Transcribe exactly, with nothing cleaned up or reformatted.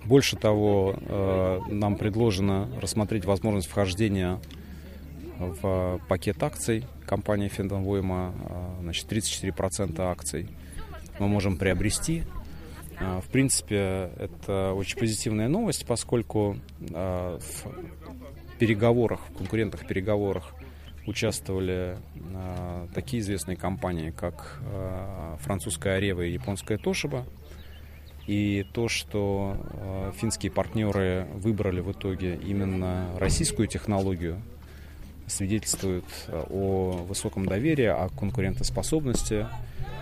Больше того, нам предложено рассмотреть возможность вхождения в пакет акций компании Финвойма. Значит, тридцать четыре процента акций мы можем приобрести. В принципе, это очень позитивная новость, поскольку в переговорах, в конкурентных переговорах участвовали такие известные компании, как французская Арева и японская Тошиба. И то, что финские партнеры выбрали в итоге именно российскую технологию, свидетельствует о высоком доверии, о конкурентоспособности